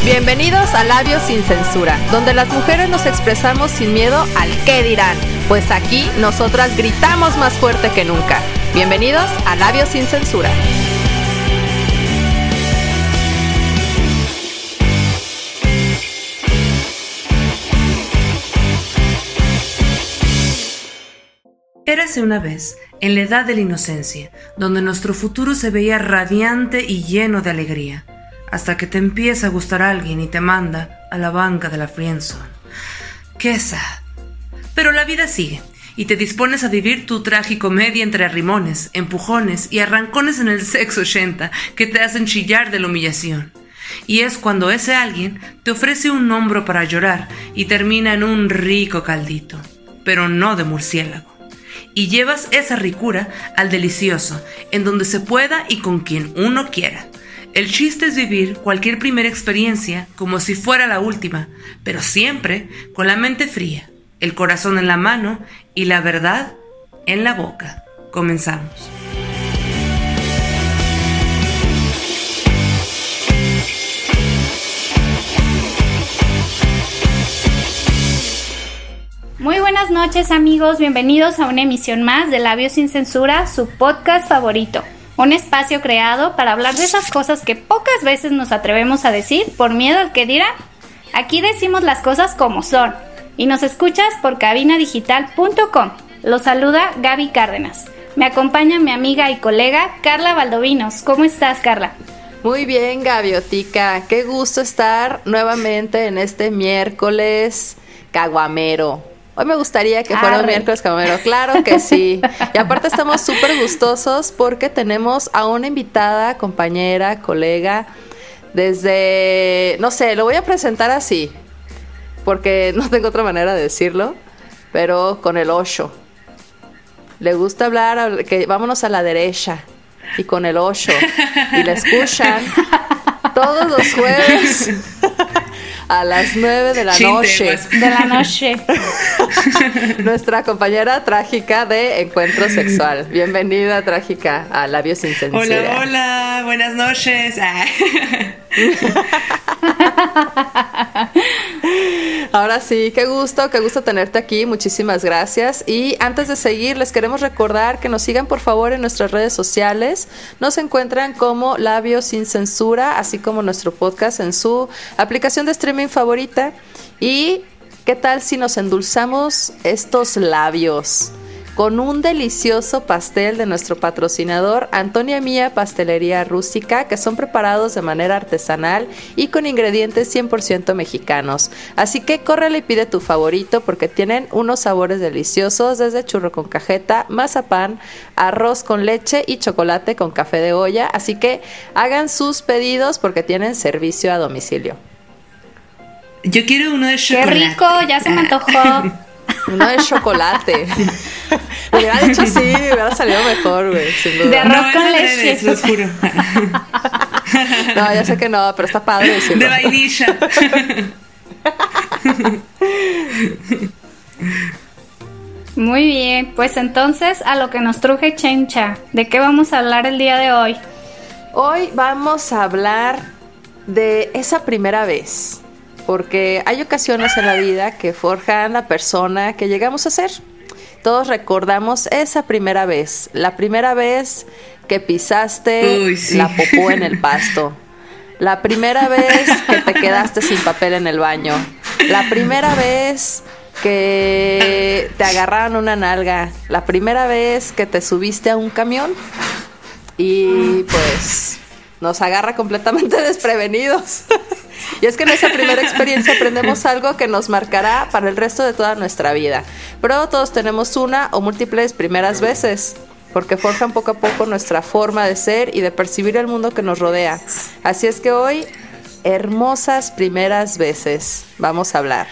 Bienvenidos a Labios sin Censura, donde las mujeres nos expresamos sin miedo al qué dirán, pues aquí nosotras gritamos más fuerte que nunca. Bienvenidos a Labios sin Censura. Érase una vez, en la edad de la inocencia, donde nuestro futuro se veía radiante y lleno de alegría, hasta que te empieza a gustar alguien y te manda a la banca de la friendzone. ¡Qué sad! Pero la vida sigue, y te dispones a vivir tu tragicomedia entre arrimones, empujones y arrancones en el sexo 80 que te hacen chillar de la humillación. Y es cuando ese alguien te ofrece un hombro para llorar y termina en un rico caldito, pero no de murciélago. Y llevas esa ricura al delicioso, en donde se pueda y con quien uno quiera. El chiste es vivir cualquier primera experiencia como si fuera la última, pero siempre con la mente fría, el corazón en la mano y la verdad en la boca. Comenzamos. Muy buenas noches, amigos, bienvenidos a una emisión más de Labios sin Censura, su podcast favorito. Un espacio creado para hablar de esas cosas que pocas veces nos atrevemos a decir por miedo al que dirán. Aquí decimos las cosas como son y nos escuchas por cabinadigital.com. Los saluda Gaby Cárdenas. Me acompaña mi amiga y colega Carla Valdovinos. ¿Cómo estás, Carla? Muy bien, Gaviotica. Qué gusto estar nuevamente en este miércoles caguamero. Hoy me gustaría que fuera un miércoles caguamero, claro que sí. Y aparte estamos súper gustosos porque tenemos a una invitada, compañera, colega, desde, no sé, lo voy a presentar así, porque no tengo otra manera de decirlo, pero con el 8. Le gusta hablar, que vámonos a la derecha, y con el 8, y la escuchan todos los jueves a las 9 de la noche. De la noche. Nuestra compañera trágica de Encuentro Sexual. Bienvenida, trágica, a Labios sin Censura. Hola, hola, buenas noches. Ahora sí, qué gusto tenerte aquí, muchísimas gracias. Y antes de seguir, les queremos recordar que nos sigan por favor en nuestras redes sociales. Nos encuentran como Labios sin Censura, así como nuestro podcast en su aplicación de streaming favorita. Y ¿qué tal si nos endulzamos estos labios con un delicioso pastel de nuestro patrocinador Antonia Mía Pastelería Rústica, que son preparados de manera artesanal y con ingredientes 100% mexicanos? Así que córrele y pide tu favorito porque tienen unos sabores deliciosos desde churro con cajeta, mazapán, arroz con leche y chocolate con café de olla. Así que hagan sus pedidos porque tienen servicio a domicilio. Yo quiero uno de chocolate. ¡Qué rico! Ya se me antojó. Uno de chocolate. Me hubiera dicho así, me hubiera salido mejor, güey, sin duda. De arroz con leche. Se los juro. No, ya sé que no, pero está padre decirlo. De vainilla. Muy bien, pues entonces a lo que nos truje Chencha. ¿De qué vamos a hablar el día de hoy? Hoy vamos a hablar de esa primera vez, porque hay ocasiones en la vida que forjan la persona que llegamos a ser. Todos recordamos esa primera vez, la primera vez que pisaste la popó en el pasto, la primera vez que te quedaste sin papel en el baño, la primera vez que te agarraron una nalga, la primera vez que te subiste a un camión y pues nos agarra completamente desprevenidos. Y es que en esa primera experiencia aprendemos algo que nos marcará para el resto de toda nuestra vida. Pero todos tenemos una o múltiples primeras veces, porque forjan poco a poco nuestra forma de ser y de percibir el mundo que nos rodea. Así es que hoy, hermosas primeras veces, vamos a hablar.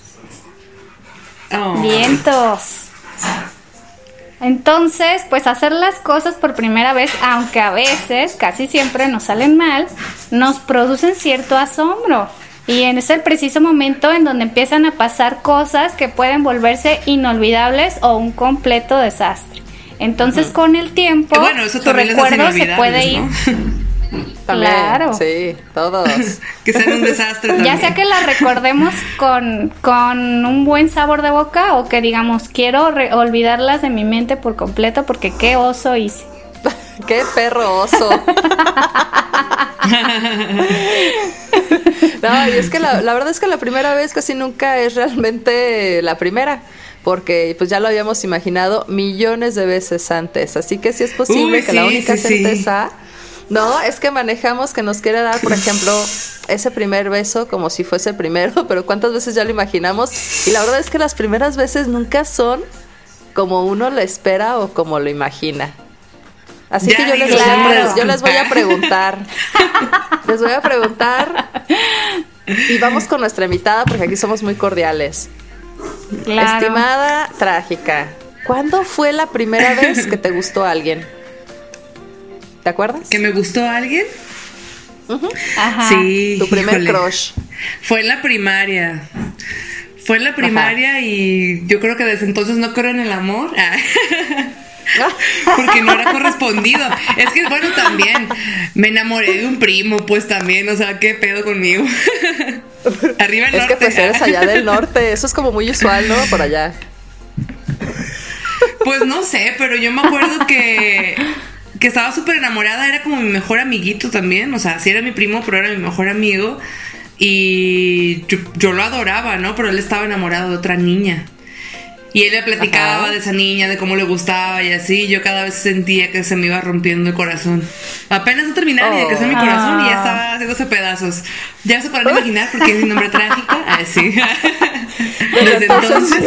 Vientos. Entonces, pues hacer las cosas por primera vez, aunque a veces, casi siempre nos salen mal, nos producen cierto asombro. Y es el preciso momento en donde empiezan a pasar cosas que pueden volverse inolvidables o un completo desastre. Entonces, con el tiempo, bueno, eso tu recuerdo se puede ir. ¿no? también. Claro. Sí, todos. Que sean un desastre también. Ya sea que la recordemos con un buen sabor de boca o que digamos, quiero olvidarlas de mi mente por completo porque qué oso hice. ¡Qué perro oso! No, y es que la verdad es que la primera vez casi nunca es realmente la primera, porque pues ya lo habíamos imaginado millones de veces antes, así que sí es posible que la única certeza, no, es que manejamos que nos quiere dar, por ejemplo, ese primer beso como si fuese el primero, pero cuántas veces ya lo imaginamos, y la verdad es que las primeras veces nunca son como uno lo espera o como lo imagina. Así ya que yo les voy a preguntar. Les voy a preguntar. Y vamos con nuestra invitada porque aquí somos muy cordiales. Claro. Estimada Trágica, ¿cuándo fue la primera vez que te gustó alguien? ¿Te acuerdas? ¿Que me gustó alguien? Uh-huh. Ajá. Sí. Tu primer crush. Fue en la primaria. Fue en la primaria. Ajá. Y yo creo que desde entonces no creo en el amor. Porque no era correspondido. Es que bueno, también me enamoré de un primo, pues también, o sea, qué pedo conmigo. Arriba el norte. Es que pues eres allá del norte, eso es como muy usual, ¿no? Por allá. Pues no sé, pero yo me acuerdo que estaba súper enamorada, era como mi mejor amiguito también, o sea, sí era mi primo, pero era mi mejor amigo. Y yo lo adoraba, ¿no? Pero él estaba enamorado de otra niña. Y él me platicaba de esa niña, de cómo le gustaba y así. Yo cada vez sentía que se me iba rompiendo el corazón. Apenas no terminaba de crecer mi corazón y ya estaba haciéndose pedazos. Ya se podrán imaginar porque es mi nombre trágico. Sí. Desde entonces.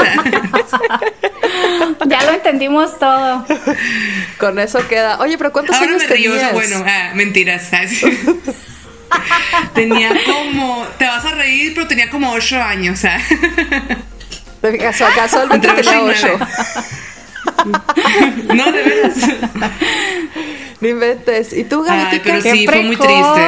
Ya lo entendimos todo. Con eso queda. Oye, pero ¿cuántos años tenías? Bueno, mentiras. Tenía como... Te vas a reír, pero tenía como 8 años. Casualmente tenía 8. No, de veras. No inventes. ¿Y tú, Gaviotica? Pero sí, fue muy triste.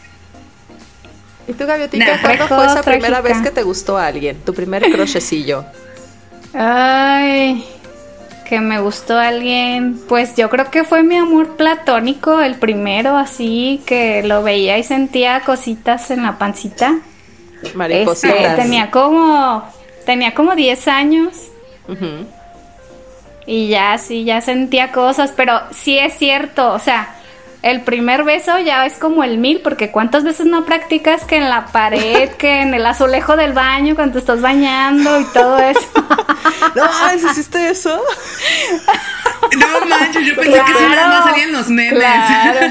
¿Y tú, Gaviotica, cuándo fue esa primera vez que te gustó a alguien? Tu primer crushecillo. Ay, que me gustó a alguien. Pues yo creo que fue mi amor platónico, el primero, así que lo veía y sentía cositas en la pancita. Maripositas. Tenía como 10 años. Uh-huh. Y ya sentía cosas, pero sí es cierto, o sea, el primer beso ya es como el 1000, porque ¿cuántas veces no practicas que en la pared, que en el azulejo del baño, cuando te estás bañando y todo eso? No, ¿hiciste eso? No manches, yo pensé que eso nada más salían los memes. Claro.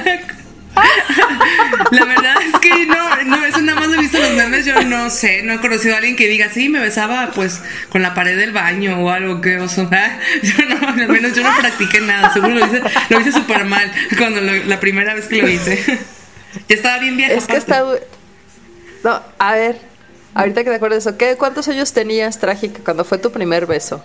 La verdad es que no, eso nada más lo he visto en los memes. Yo no sé, no he conocido a alguien que diga, sí, me besaba pues con la pared del baño o algo, que oso. Yo no, al menos yo no practiqué nada. Seguro lo hice súper mal cuando la primera vez que lo hice. Ya estaba bien vieja. Es que no, a ver, ahorita que te acuerdas de eso, ¿cuántos años tenías, Trágica, cuando fue tu primer beso?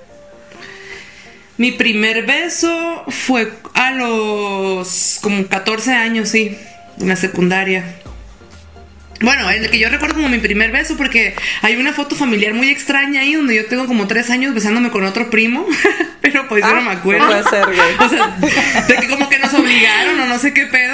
Mi primer beso fue a los como 14 años, sí, en la secundaria. Bueno, el que yo recuerdo como mi primer beso, porque hay una foto familiar muy extraña ahí donde yo tengo como 3 años besándome con otro primo, pero pues yo no me acuerdo. Puede ser, güey. O sea, de que como que nos obligaron o no sé qué pedo,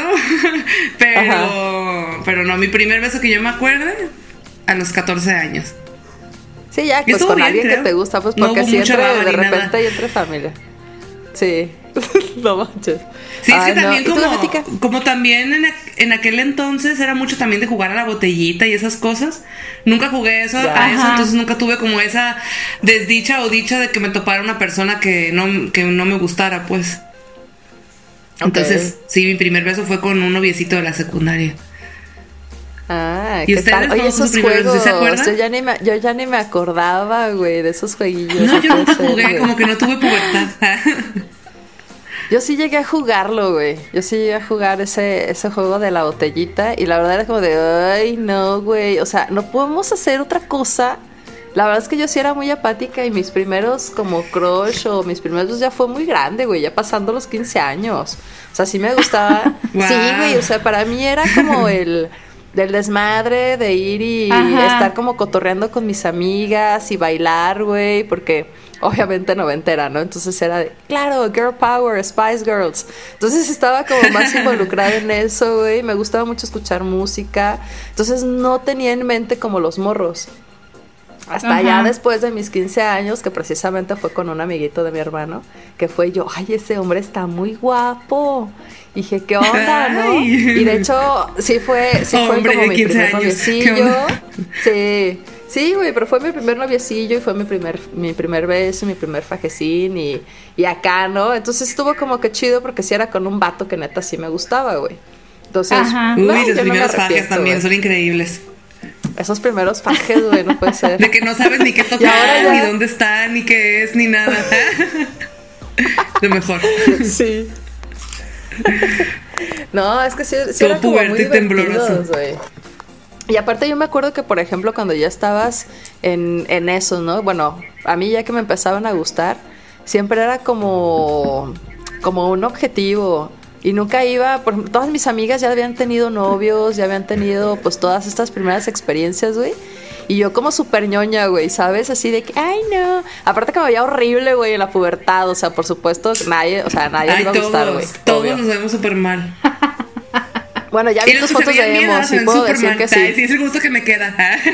pero no, mi primer beso que yo me acuerde, a los 14 años. Sí, ya, pues con alguien creo que te gusta, pues porque no si entre de repente nada. y entre familia. Sí, no manches. Sí, es que también como también en aquel entonces era mucho también de jugar a la botellita y esas cosas. Nunca jugué a eso, entonces nunca tuve como esa desdicha o dicha de que me topara una persona que no me gustara, pues. Okay. Entonces, sí, mi primer beso fue con un noviecito de la secundaria. Ah, ¿qué tal? Oye, esos juegos, ¿se acuerdan? Yo ya ni me acordaba, güey, de esos jueguillos. No, yo nunca jugué, como que no tuve pubertad. Yo sí llegué a jugarlo, güey. Yo sí llegué a jugar ese juego de la botellita y la verdad era como de, ay, no, güey. O sea, no podemos hacer otra cosa. La verdad es que yo sí era muy apática y mis primeros como crush o mis primeros ya fue muy grande, güey, ya pasando los 15 años. O sea, sí me gustaba. Wow. Sí, güey, o sea, para mí era como del desmadre de ir y estar como cotorreando con mis amigas y bailar, güey, porque obviamente noventera, ¿no? Entonces era de, claro, Girl Power, Spice Girls. Entonces estaba como más involucrada en eso, güey. Me gustaba mucho escuchar música. Entonces no tenía en mente como los morros. Hasta ya después de mis 15 años, que precisamente fue con un amiguito de mi hermano, que fue yo, ay, ese hombre está muy guapo. Y dije, ¿qué onda, no? Y de hecho, sí fue como mi primer noviecillo. Sí, güey, pero fue mi primer noviecillo y fue mi primer beso, mi primer fajecín y acá, ¿no? Entonces estuvo como que chido porque sí era con un vato que neta sí me gustaba, güey. Entonces, los primeros fajes también son increíbles. Esos primeros fajes, güey, no puede ser. De que no sabes ni qué tocar, ni dónde está, ni qué es, ni nada. Lo mejor. Sí. No, es que sí eran como muy divertidos, güey. Y aparte yo me acuerdo que, por ejemplo, cuando ya estabas en eso, ¿no? Bueno, a mí ya que me empezaban a gustar, siempre era como un objetivo. Y nunca iba, por ejemplo, todas mis amigas ya habían tenido novios, ya habían tenido pues todas estas primeras experiencias, güey. Y yo como súper ñoña, güey, ¿sabes? Así de que, ay, no. Aparte que me veía horrible, güey, en la pubertad. O sea, por supuesto, nadie le iba a gustar, güey. Todos nos vemos súper mal. Bueno, ya vi tus fotos de emo, sí puedo decir mal. Que sí. Sí, es el gusto que me queda.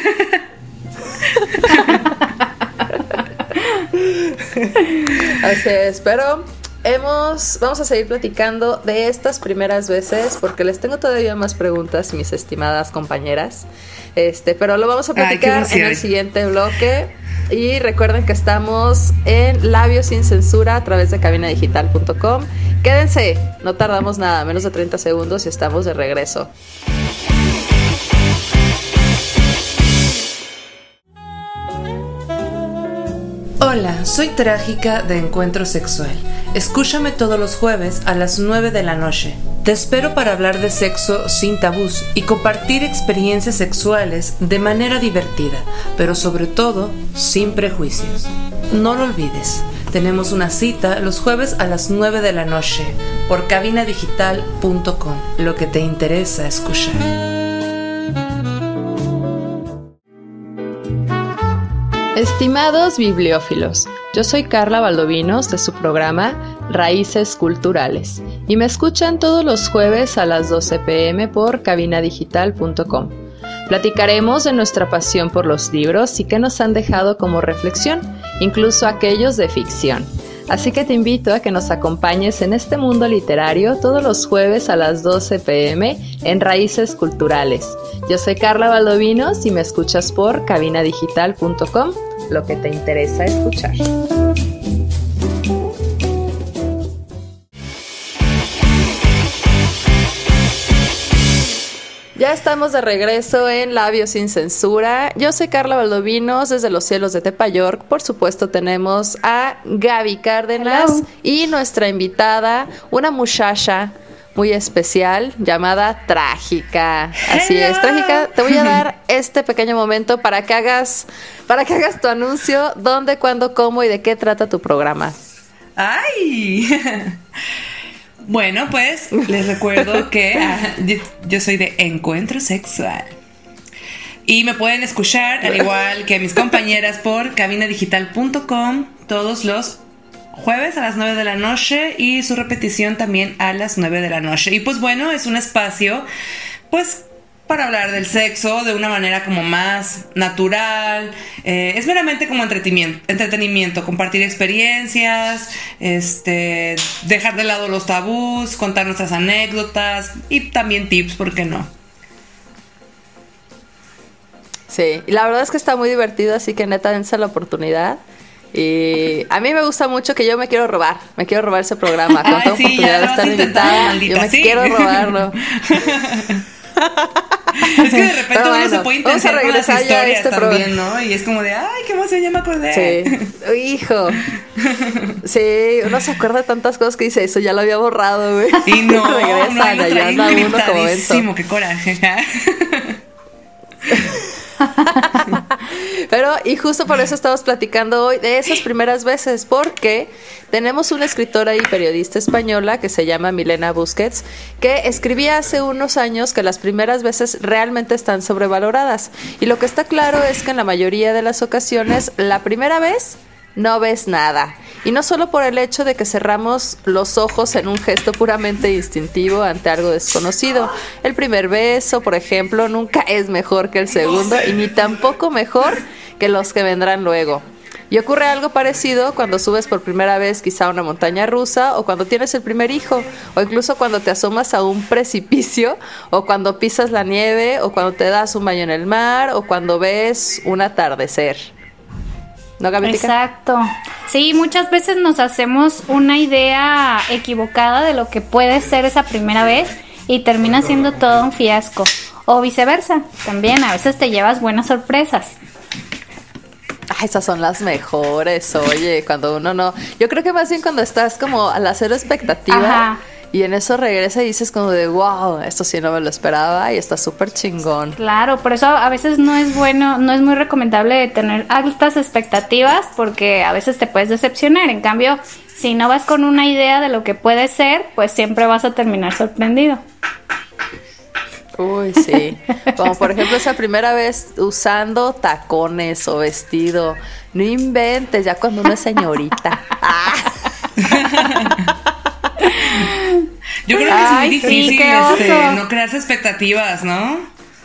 Así es, pero vamos a seguir platicando de estas primeras veces porque les tengo todavía más preguntas, mis estimadas compañeras. Pero lo vamos a platicar en el siguiente bloque. Y recuerden que estamos en Labios Sin Censura a través de cabinadigital.com. Quédense, no tardamos nada, menos de 30 segundos y estamos de regreso. Hola, soy Trágica de Encuentro Sexual. Escúchame todos los jueves a las 9 de la noche. Te espero para hablar de sexo sin tabús y compartir experiencias sexuales de manera divertida, pero sobre todo sin prejuicios. No lo olvides, tenemos una cita los jueves a las 9 de la noche por cabinadigital.com, lo que te interesa escuchar. Estimados bibliófilos, yo soy Carla Valdovinos de su programa Raíces Culturales y me escuchan todos los jueves a las 12 p.m. por cabinadigital.com. Platicaremos de nuestra pasión por los libros y qué nos han dejado como reflexión, incluso aquellos de ficción. Así que te invito a que nos acompañes en este mundo literario todos los jueves a las 12 p.m. en Raíces Culturales. Yo soy Carla Valdovinos y me escuchas por cabinadigital.com, lo que te interesa escuchar. Ya estamos de regreso en Labios Sin Censura. Yo soy Carla Valdovinos desde los cielos de Tepayork. Por supuesto tenemos a Gaby Cárdenas. Hello. Y nuestra invitada, una muchacha muy especial llamada Trágica. Así es, Trágica, te voy a dar este pequeño momento para que hagas tu anuncio, dónde, cuándo, cómo y de qué trata tu programa. ¡Ay! Bueno, pues les recuerdo que yo soy de Encuentro Sexual y me pueden escuchar al igual que mis compañeras por cabinadigital.com todos los jueves a las 9 de la noche y su repetición también a las 9 de la noche. Y pues bueno, es un espacio pues para hablar del sexo de una manera como más natural, es meramente como entretenimiento, compartir experiencias, dejar de lado los tabús, contar nuestras anécdotas y también tips, ¿por qué no? Sí, y la verdad es que está muy divertido, así que neta dense la oportunidad. Y a mí me gusta mucho que yo me quiero robar ese programa, con esta oportunidad de estar invitada, yo me quiero robarlo. Es que de repente uno se puede intentar con las historias también, ¿no? Y es como de, ay, qué emoción, ya me acordé. Sí, hijo. Sí, uno se acuerda de tantas cosas que dice, eso ya lo había borrado, güey. Y no, regresan, no, allá anda uno como eso. Qué coraje. Pero, y justo por eso estamos platicando hoy de esas primeras veces, porque tenemos una escritora y periodista española que se llama Milena Busquets, que escribía hace unos años que las primeras veces realmente están sobrevaloradas. Y lo que está claro es que en la mayoría de las ocasiones, la primera vez no ves nada. Y no solo por el hecho de que cerramos los ojos en un gesto puramente instintivo ante algo desconocido. El primer beso, por ejemplo, nunca es mejor que el segundo y ni tampoco mejor que los que vendrán luego. Y ocurre algo parecido cuando subes por primera vez quizá a una montaña rusa, o cuando tienes el primer hijo, o incluso cuando te asomas a un precipicio, o cuando pisas la nieve, o cuando te das un baño en el mar, o cuando ves un atardecer. ¿No, Gabritica? Exacto. Sí, muchas veces nos hacemos una idea equivocada de lo que puede ser esa primera vez y termina siendo todo un fiasco. O viceversa, también a veces te llevas buenas sorpresas. Esas son las mejores, oye, cuando uno no... Yo creo que más bien cuando estás como al hacer expectativa. Ajá. Y en eso regresa y dices como de wow, esto sí no me lo esperaba y está súper chingón. Claro, por eso a veces no es bueno, no es muy recomendable tener altas expectativas porque a veces te puedes decepcionar. En cambio, si no vas con una idea de lo que puede ser, pues siempre vas a terminar sorprendido. Uy, sí. Como por ejemplo esa primera vez usando tacones o vestido. No inventes, ya cuando uno es señorita. Yo creo que es muy difícil no crearse expectativas, ¿no?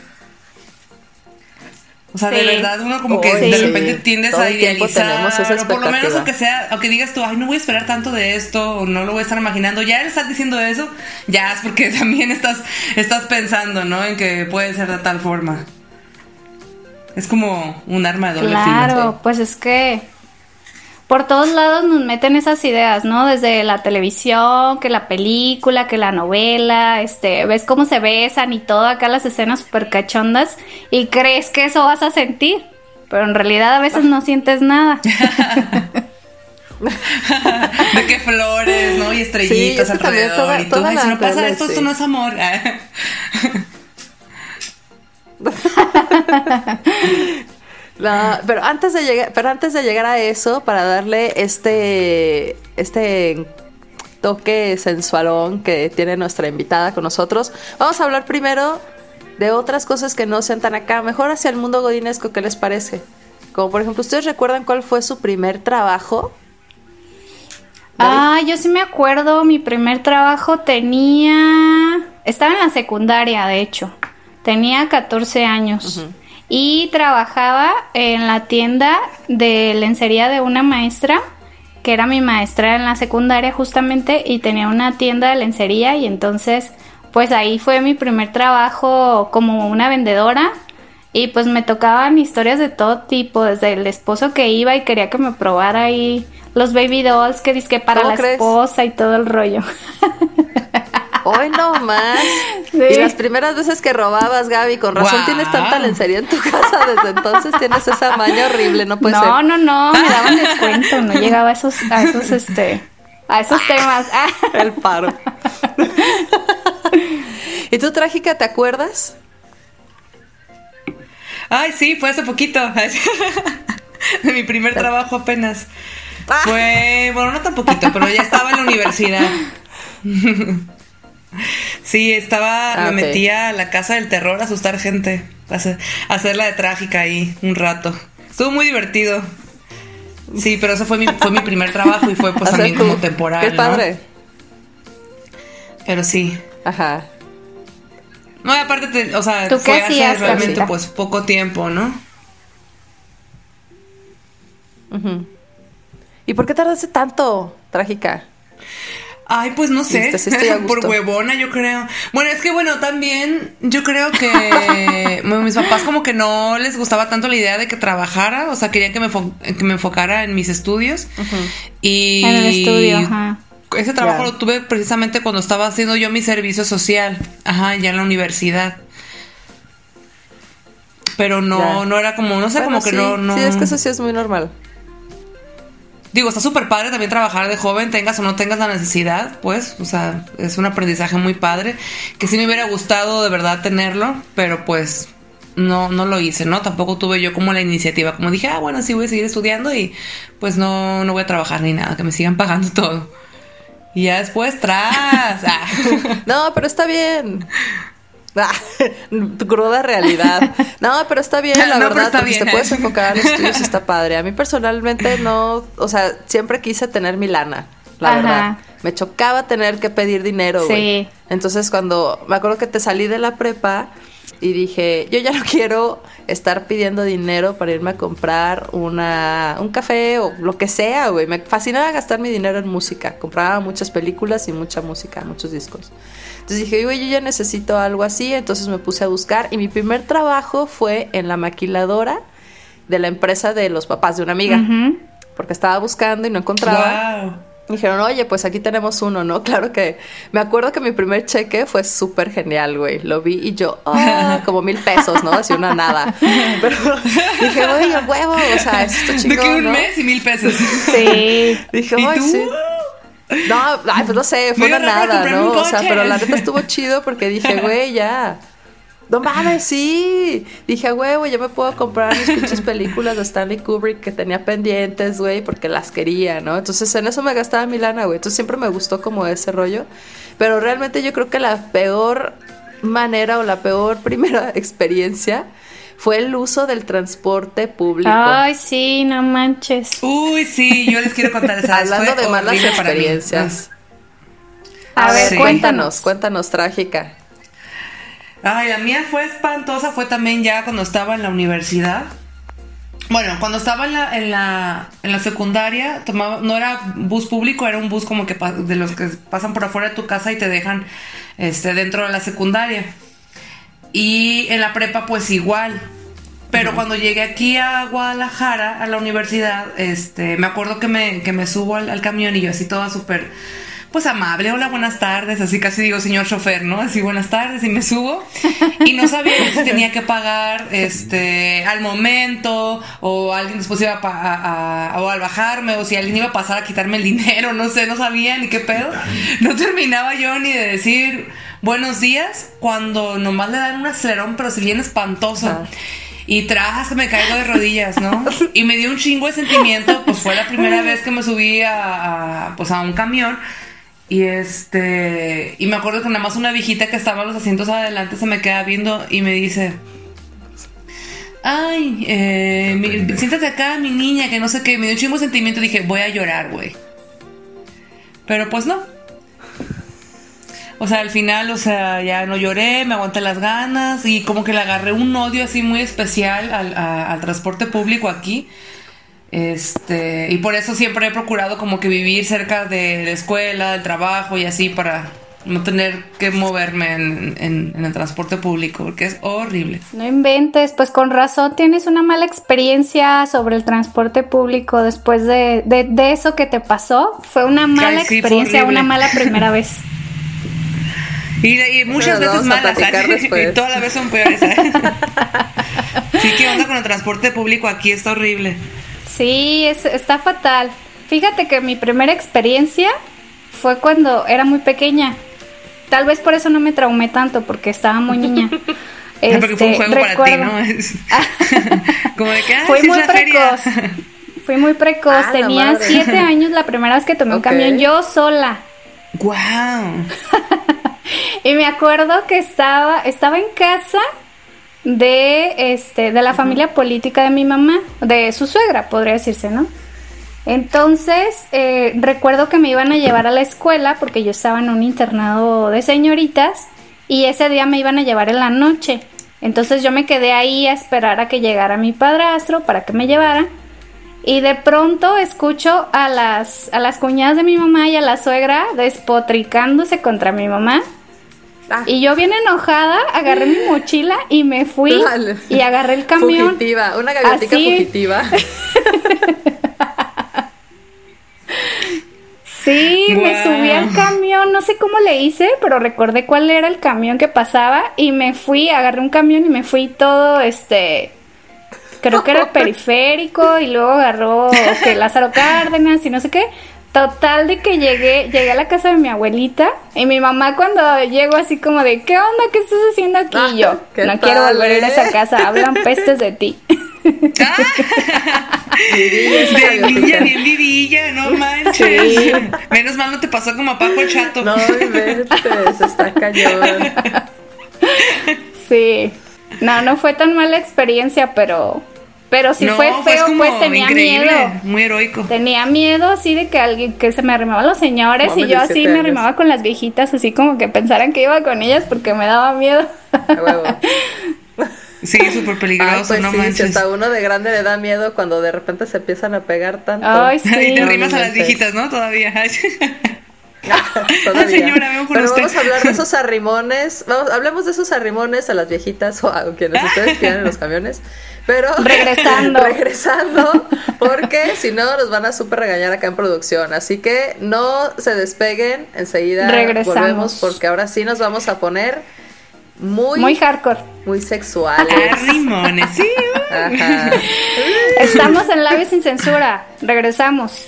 O sea, de verdad uno como que de repente tiendes a idealizar, o por lo menos aunque digas tú, ay, no voy a esperar tanto de esto, o no lo voy a estar imaginando, ya estás diciendo eso, ya es porque también estás pensando, ¿no? En que puede ser de tal forma. Es como un arma de doble filo. Claro, pues es que por todos lados nos meten esas ideas, ¿no? Desde la televisión, que la película, que la novela, ves cómo se besan y todo, acá las escenas súper cachondas, y crees que eso vas a sentir, pero en realidad a veces no sientes nada. De que flores, ¿no? Y estrellitas alrededor, y tú, ay, si no pasa esto, esto no es amor. No, pero antes de llegar a eso, para darle este toque sensualón que tiene nuestra invitada con nosotros, vamos a hablar primero de otras cosas que no sean tan acá, mejor hacia el mundo godinesco. ¿Qué les parece? Como por ejemplo, ¿ustedes recuerdan cuál fue su primer trabajo? Yo sí me acuerdo, mi primer trabajo estaba en la secundaria, de hecho, tenía 14 años. Uh-huh. Y trabajaba en la tienda de lencería de una maestra, que era mi maestra en la secundaria justamente, y tenía una tienda de lencería, y entonces pues ahí fue mi primer trabajo como una vendedora, y pues me tocaban historias de todo tipo, desde el esposo que iba y quería que me probara ahí los baby dolls, que dizque para la esposa y todo el rollo. Hoy no más. Sí. Y las primeras veces que robabas, Gaby, con razón tienes tanta lencería en tu casa. Desde entonces tienes esa maña horrible, no puede ser. No, me daban descuento, no llegaba a esos temas. El paro. ¿Y tú, Trágica, te acuerdas? Ay, sí, fue hace poquito. De mi primer trabajo apenas. Fue, bueno, no tan poquito, pero ya estaba en la universidad. Sí, me metía a la casa del terror a asustar gente, a hacerla de Trágica ahí un rato. Estuvo muy divertido. Sí, pero eso fue mi primer trabajo y fue pues también como temporal. Qué padre. ¿No? Pero sí. Ajá. No, y aparte, fue hace realmente pues poco tiempo, ¿no? Uh-huh. ¿Y por qué tardaste tanto, Trágica? Ay, pues no sé, por huevona yo creo. Bueno, es que también yo creo que mis papás como que no les gustaba tanto la idea de que trabajara, o sea, querían que me enfocara en mis estudios. Uh-huh. Y en el estudio, ajá. Ese trabajo lo tuve precisamente cuando estaba haciendo yo mi servicio social, ya en la universidad. Pero no era como, no sé, como que no. Sí, es que eso sí es muy normal. Digo, está súper padre también trabajar de joven, tengas o no tengas la necesidad, pues, o sea, es un aprendizaje muy padre, que sí me hubiera gustado de verdad tenerlo, pero pues no lo hice, ¿no? Tampoco tuve yo como la iniciativa, como dije, bueno, sí voy a seguir estudiando y pues no voy a trabajar ni nada, que me sigan pagando todo. Y ya después, No, pero está bien. Tu cruda realidad. No, pero está bien, la verdad, porque si te puedes enfocar a los estudios está padre. A mí personalmente no, o sea, siempre quise tener mi lana, la verdad. Me chocaba tener que pedir dinero, güey. Sí. Entonces cuando, me acuerdo que te salí de la prepa y dije, yo ya no quiero estar pidiendo dinero para irme a comprar un café o lo que sea, güey. Me fascinaba gastar mi dinero en música. Compraba muchas películas y mucha música, muchos discos. Entonces dije, güey, yo ya necesito algo así. Entonces me puse a buscar y mi primer trabajo fue en la maquiladora de la empresa de los papás de una amiga. Porque estaba buscando y no encontraba. Wow. Dijeron, oye, pues aquí tenemos uno, ¿no? Claro que me acuerdo que mi primer cheque fue súper genial, güey. Lo vi y yo, como $1,000, ¿no? Así una nada. Pero dije, oye, huevo, o sea, esto chingón, ¿no? De que un ¿no? mes y $1,000. Sí. Dije, ay, sí. No, pues no sé, fue una nada, ¿no? O sea, pero la neta estuvo chido porque dije, güey, ya. No mames, sí. Dije, güey, yo me puedo comprar mis pinches películas de Stanley Kubrick que tenía pendientes, güey, porque las quería, ¿no? Entonces en eso me gastaba mi lana, güey. Entonces siempre me gustó como ese rollo. Pero realmente yo creo que la peor manera o la peor primera experiencia fue el uso del transporte público. Ay, sí, no manches. Uy, sí, yo les quiero contar esa. Hablando de malas experiencias. A ver, sí. Cuéntanos, trágica. Ay, la mía fue espantosa, fue también ya cuando estaba en la universidad. Bueno, cuando estaba en la secundaria, no era bus público, era un bus como que de los que pasan por afuera de tu casa y te dejan dentro de la secundaria. Y en la prepa pues igual. Pero cuando llegué aquí a Guadalajara, a la universidad, me acuerdo que me subo al camión y yo así toda súper, pues amable, hola, buenas tardes, así casi digo señor chofer, ¿no? Así buenas tardes, y me subo y no sabía si tenía que pagar al momento o alguien después iba o al bajarme o si alguien iba a pasar a quitarme el dinero, no sé, no sabía ni qué pedo. No terminaba yo ni de decir buenos días cuando nomás le dan un acelerón, pero se viene espantoso. Y trajas que me caigo de rodillas, ¿no? Y me dio un chingo de sentimiento, pues fue la primera vez que me subí a un camión. Y y me acuerdo que nada más una viejita que estaba a los asientos adelante se me queda viendo y me dice, ay, siéntate acá, mi niña, que no sé qué. Me dio un chingo de sentimiento y dije, voy a llorar, güey. Pero pues no. O sea, al final, ya no lloré, me aguanté las ganas y como que le agarré un odio así muy especial al transporte público aquí. Y por eso siempre he procurado como que vivir cerca de la escuela, del trabajo y así para no tener que moverme en el transporte público, porque es horrible. No inventes, pues con razón tienes una mala experiencia sobre el transporte público después de eso que te pasó. Fue una mala experiencia, una mala primera vez. Y muchas veces malas, y todas las veces son peores. Sí, ¿qué onda con el transporte público aquí? Está horrible. Sí, está fatal. Fíjate que mi primera experiencia fue cuando era muy pequeña. Tal vez por eso no me traumé tanto, porque estaba muy niña. Porque fue un juego para ti, ¿no? Como de que, fui muy precoz. Fui muy precoz. Tenía 7 años la primera vez que tomé un camión yo sola. ¡Guau! Y me acuerdo que estaba en casa de la familia política de mi mamá, de su suegra, podría decirse, ¿no? Entonces, recuerdo que me iban a llevar a la escuela porque yo estaba en un internado de señoritas y ese día me iban a llevar en la noche. Entonces yo me quedé ahí a esperar a que llegara mi padrastro para que me llevara. Y de pronto escucho a las cuñadas de mi mamá y a la suegra despotricándose contra mi mamá. Y yo bien enojada agarré mi mochila y me fui y agarré el camión. Fugitiva, una gaviotica fugitiva. Sí, wow. Me subí al camión, no sé cómo le hice, pero recordé cuál era el camión que pasaba y me fui, agarré un camión y me fui todo, creo que era el periférico y luego agarró Lázaro Cárdenas y no sé qué. Total de que llegué a la casa de mi abuelita y mi mamá cuando llego así como de ¿qué onda? ¿Qué estás haciendo aquí? Y yo, no quiero volver a ir a esa casa, hablan pestes de ti. De niña bien vivilla, no manches. Sí. Menos mal no te pasó como a Paco el Chato. No inventes, está cañón. Sí. No fue tan mala experiencia, pero sí no, fue feo, pues tenía increíble, miedo. muy heroico. Tenía miedo así de que alguien, que se me arrimaban los señores Como y yo así 17 me años. arrimaba con las viejitas, así como que pensaran que iba con ellas porque me daba miedo. A huevo. Sí, súper peligroso, Ay, pues no sí, manches. si hasta uno de grande le da miedo cuando de repente se empiezan a pegar tanto. Ay, sí. Y te No, arrimas a las inventes. viejitas, ¿no? Todavía. Todavía. Señora, vengo con Pero usted. vamos a hablar de esos arrimones. Hablemos de esos arrimones a las viejitas o a quienes ustedes quieran en los camiones. Pero regresando, porque si no nos van a súper regañar acá en producción. Así que no se despeguen, enseguida Regresamos. volvemos porque ahora sí nos vamos a poner Muy hardcore. muy sexuales. Arrimones, sí. Ajá. Estamos en Labios sin Censura. Regresamos.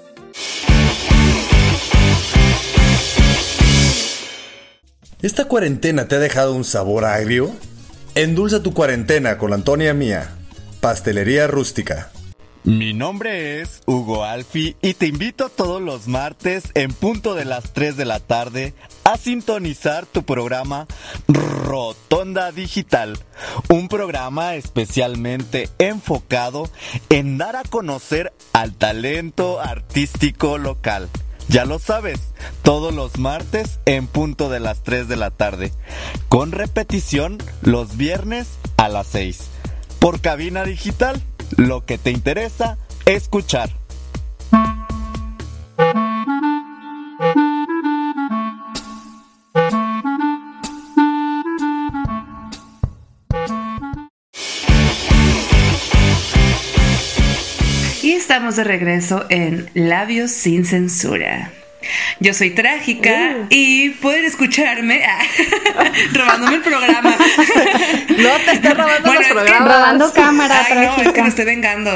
¿Esta cuarentena te ha dejado un sabor agrio? Endulza tu cuarentena con la Antonia Mía, Pastelería Rústica. Mi nombre es Hugo Alfi y te invito todos los martes en punto de las 3 de la tarde a sintonizar tu programa Rotonda Digital, un programa especialmente enfocado en dar a conocer al talento artístico local. Ya lo sabes, todos los martes en punto de las 3 de la tarde, con repetición los viernes a las 6. Por Cabina Digital, lo que te interesa escuchar. Y estamos de regreso en Labios sin Censura. Yo soy Trágica y pueden escucharme robándome el programa. No te estés robando los es que- programas. Robando cámara, Ay, no, es que Trágica. me estoy vengando.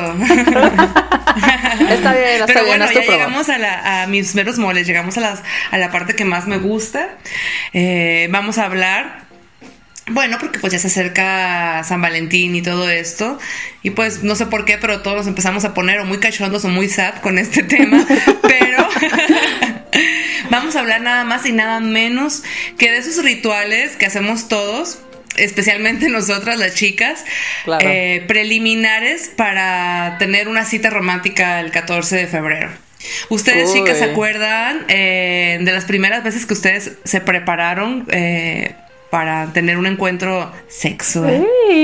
Está bien, Pero bueno, haz tu ya promo. llegamos a mis meros moles, llegamos a la parte que más me gusta. Vamos a hablar, bueno, porque pues ya se acerca San Valentín y todo esto, y pues no sé por qué, pero todos nos empezamos a poner o muy cachondos o muy sad con este tema, pero vamos a hablar nada más y nada menos que de esos rituales que hacemos todos, especialmente nosotras las chicas, Claro. preliminares para tener una cita romántica el 14 de febrero. ¿Ustedes, Uy. chicas, se acuerdan de las primeras veces que ustedes se prepararon para tener un encuentro sexual?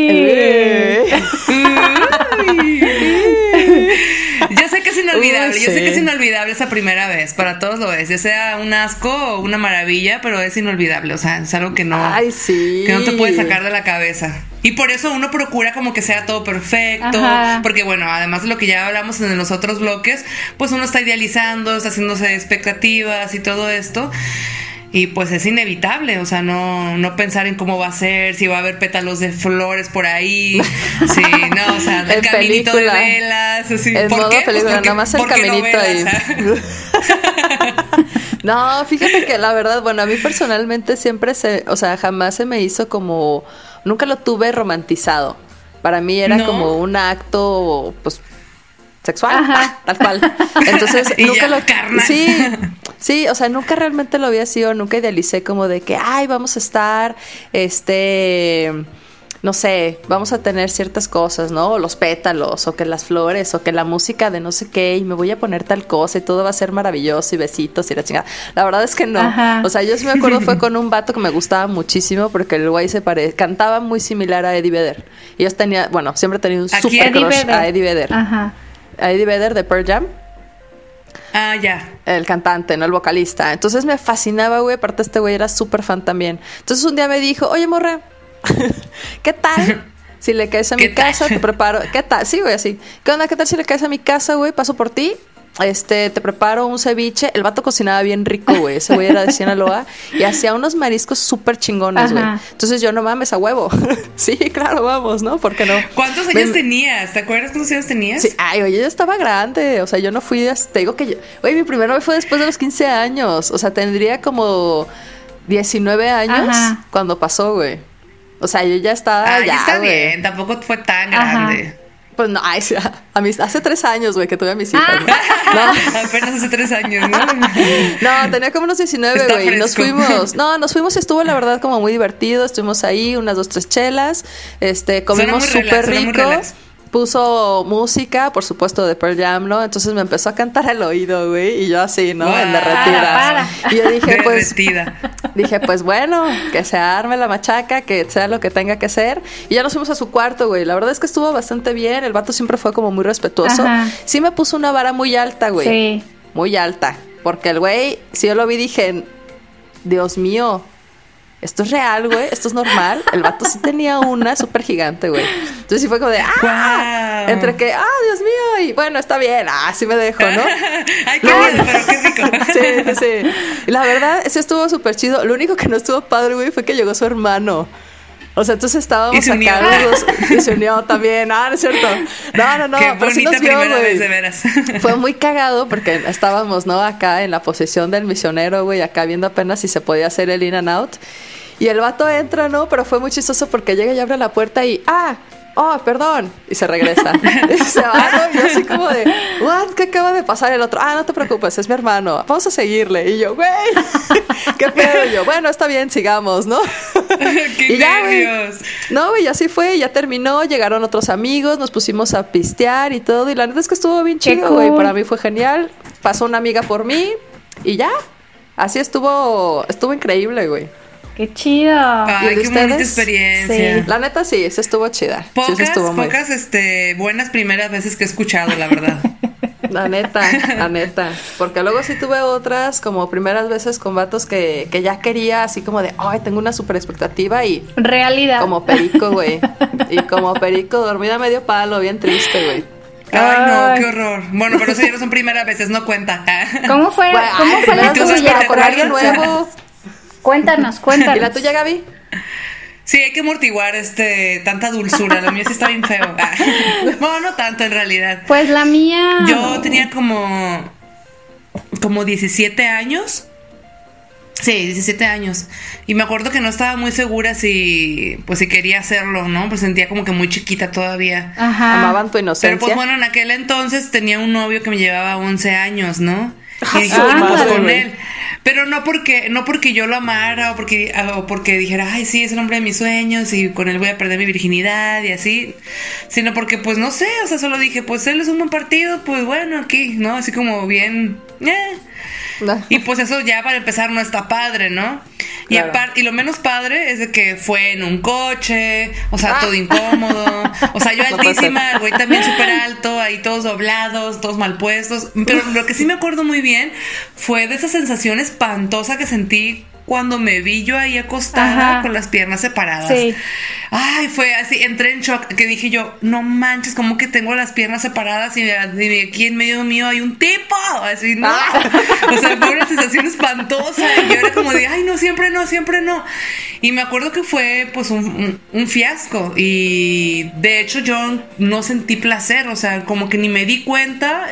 Yo sé que es inolvidable, Uy, yo sé que es sí. inolvidable esa primera vez, para todos lo es, ya sea un asco o una maravilla, pero es inolvidable, o sea, es algo que no, Ay, sí. que no te puedes sacar de la cabeza. Y por eso uno procura como que sea todo perfecto, Ajá. porque bueno, además de lo que ya hablamos en los otros bloques, pues uno está idealizando, está haciéndose expectativas y todo esto. Y pues es inevitable, o sea, no pensar en cómo va a ser, si va a haber pétalos de flores por ahí, sí, no, o sea, el En caminito película. de velas, así. En ¿Por modo qué? película, nada más el porque caminito ahí. novelas, No, fíjate que la verdad, bueno, a mí personalmente siempre jamás se me hizo como, nunca lo tuve romantizado. Para mí era ¿No? como un acto, pues, sexual, Ajá. tal cual. Entonces, Y nunca ya, lo... carnal. Sí, o sea, nunca realmente lo había sido, nunca idealicé como de que, ay, vamos a estar, no sé, vamos a tener ciertas cosas, ¿no? O los pétalos, o que las flores, o que la música de no sé qué, y me voy a poner tal cosa, y todo va a ser maravilloso, y besitos, y la chingada. La verdad es que no. Ajá. O sea, yo sí me acuerdo fue con un vato que me gustaba muchísimo, porque el güey cantaba muy similar a Eddie Vedder. Y yo siempre he tenido un ¿A super quién? crush a Eddie Vedder. Ajá. A Eddie Vedder de Pearl Jam. Ah, ya. El cantante, no el vocalista. Entonces me fascinaba, güey. Aparte, este güey era súper fan también. Entonces un día me dijo, oye, morra, ¿qué tal? Si le caes a mi ¿Qué tal? casa, te preparo. ¿Qué tal? Sí, güey, así. ¿Qué onda? ¿Qué tal si le caes a mi casa, güey? Paso por ti. Te preparo un ceviche. El vato cocinaba bien rico, güey. Ese güey era de Sinaloa y hacía unos mariscos súper chingones, güey. Ajá. Entonces yo, no mames, a huevo. Sí, claro, vamos, ¿no? ¿Por qué no? ¿Cuántos años tenías? ¿Te acuerdas cuántos años tenías? Sí, ay, oye, yo estaba grande, o sea, yo no fui, te digo que oye, mi primer novio fue después de los 15 años, o sea, tendría como 19 años Ajá. cuando pasó, güey. O sea, yo ya estaba, Ah, ya ya, está güey. bien, tampoco fue tan Ajá. grande. Pues no, ay, hace 3 años, güey, que tuve a mis hijas. No. Apenas hace 3 años, ¿no? No, tenía como unos 19, güey. Y nos fuimos, estuvo la verdad como muy divertido. Estuvimos ahí, unas 2, 3 chelas. Comimos súper rico. Puso música, por supuesto, de Pearl Jam, ¿no? Entonces me empezó a cantar al oído, güey, y yo así, ¿no? En derretida. Y yo dije, pues bueno, que se arme la machaca, que sea lo que tenga que ser. Y ya nos fuimos a su cuarto, güey. La verdad es que estuvo bastante bien. El vato siempre fue como muy respetuoso. Ajá. Sí me puso una vara muy alta, güey. Sí. Muy alta. Porque el güey, si yo lo vi, dije, Dios mío, esto es real, güey, esto es normal. El vato sí tenía una súper gigante, güey. Entonces sí fue como de, ¡ah! Wow. Entre que, Dios mío, y bueno, está bien, sí me dejo, ¿no? Ay, qué bien, pero qué rico. Sí. Y la verdad, ese estuvo súper chido. Lo único que no estuvo padre, güey, fue que llegó su hermano. O sea, entonces estábamos acá y se unió también. No es cierto. No. Qué bonita sí nos vio, primera vez, de veras. Fue muy cagado porque estábamos, ¿no? Acá en la posesión del misionero, güey, acá viendo apenas si se podía hacer el in and out. Y el vato entra, ¿no? Pero fue muy chistoso porque llega y abre la puerta y perdón. Y se regresa. Y se va, ¿no? Y yo así como de, what? ¿Qué acaba de pasar? El otro, no te preocupes, es mi hermano. Vamos a seguirle. Y yo, güey, ¿qué pedo? Y yo, bueno, está bien, sigamos, ¿no? ¡Qué y ya, nervios! No, güey, así fue, ya terminó, llegaron otros amigos, nos pusimos a pistear y todo. Y la neta es que estuvo bien chido, güey. Cool. Para mí fue genial. Pasó una amiga por mí y ya. Así estuvo increíble, güey. ¡Qué chido! Ay, qué bonita experiencia. Sí. La neta sí, se estuvo chida. Pocas buenas primeras veces que he escuchado, la verdad. La neta. Porque luego sí tuve otras como primeras veces con vatos que ya quería así como de, tengo una super expectativa y... Realidad. Como perico, güey. Y como perico dormida medio palo, bien triste, güey. Ay, no, qué horror. Bueno, pero eso ya no son primeras veces, no cuenta. ¿Cómo fue? ¿Cómo fue la tuya? Con alguien nuevo. Cuéntanos. ¿Y la tuya, Gaby? Sí, hay que amortiguar tanta dulzura. Lo mío sí está bien feo. Bueno, no tanto en realidad. Pues la mía... Yo tenía como 17 años. Sí, 17 años. Y me acuerdo que no estaba muy segura si quería hacerlo, ¿no? Pues sentía como que muy chiquita todavía. Ajá. Amaban tu inocencia. Pero pues bueno, en aquel entonces tenía un novio que me llevaba 11 años, ¿no? Y dije, con él. Pero no porque yo lo amara o porque dijera, ay, sí, es el hombre de mis sueños y con él voy a perder mi virginidad y así, sino porque, pues, no sé, o sea, solo dije, pues, él es un buen partido, pues, bueno, aquí, ¿no? Así como bien, Y pues eso ya para empezar no está padre, ¿no? Y claro. Y lo menos padre es de que fue en un coche, o sea, todo incómodo, o sea, yo altísima, el güey también súper alto, ahí todos doblados, todos mal puestos, pero lo que sí me acuerdo muy bien fue de esa sensación espantosa que sentí cuando me vi yo ahí acostada con las piernas separadas. Sí. Ay, fue así, entré en shock, que dije yo, no manches, como que tengo las piernas separadas y aquí en medio mío hay un tipo, así, ¿no? O sea, fue una sensación espantosa y yo era como de, ay, no, siempre no. Y me acuerdo que fue, pues, un fiasco y de hecho yo no sentí placer, o sea, como que ni me di cuenta,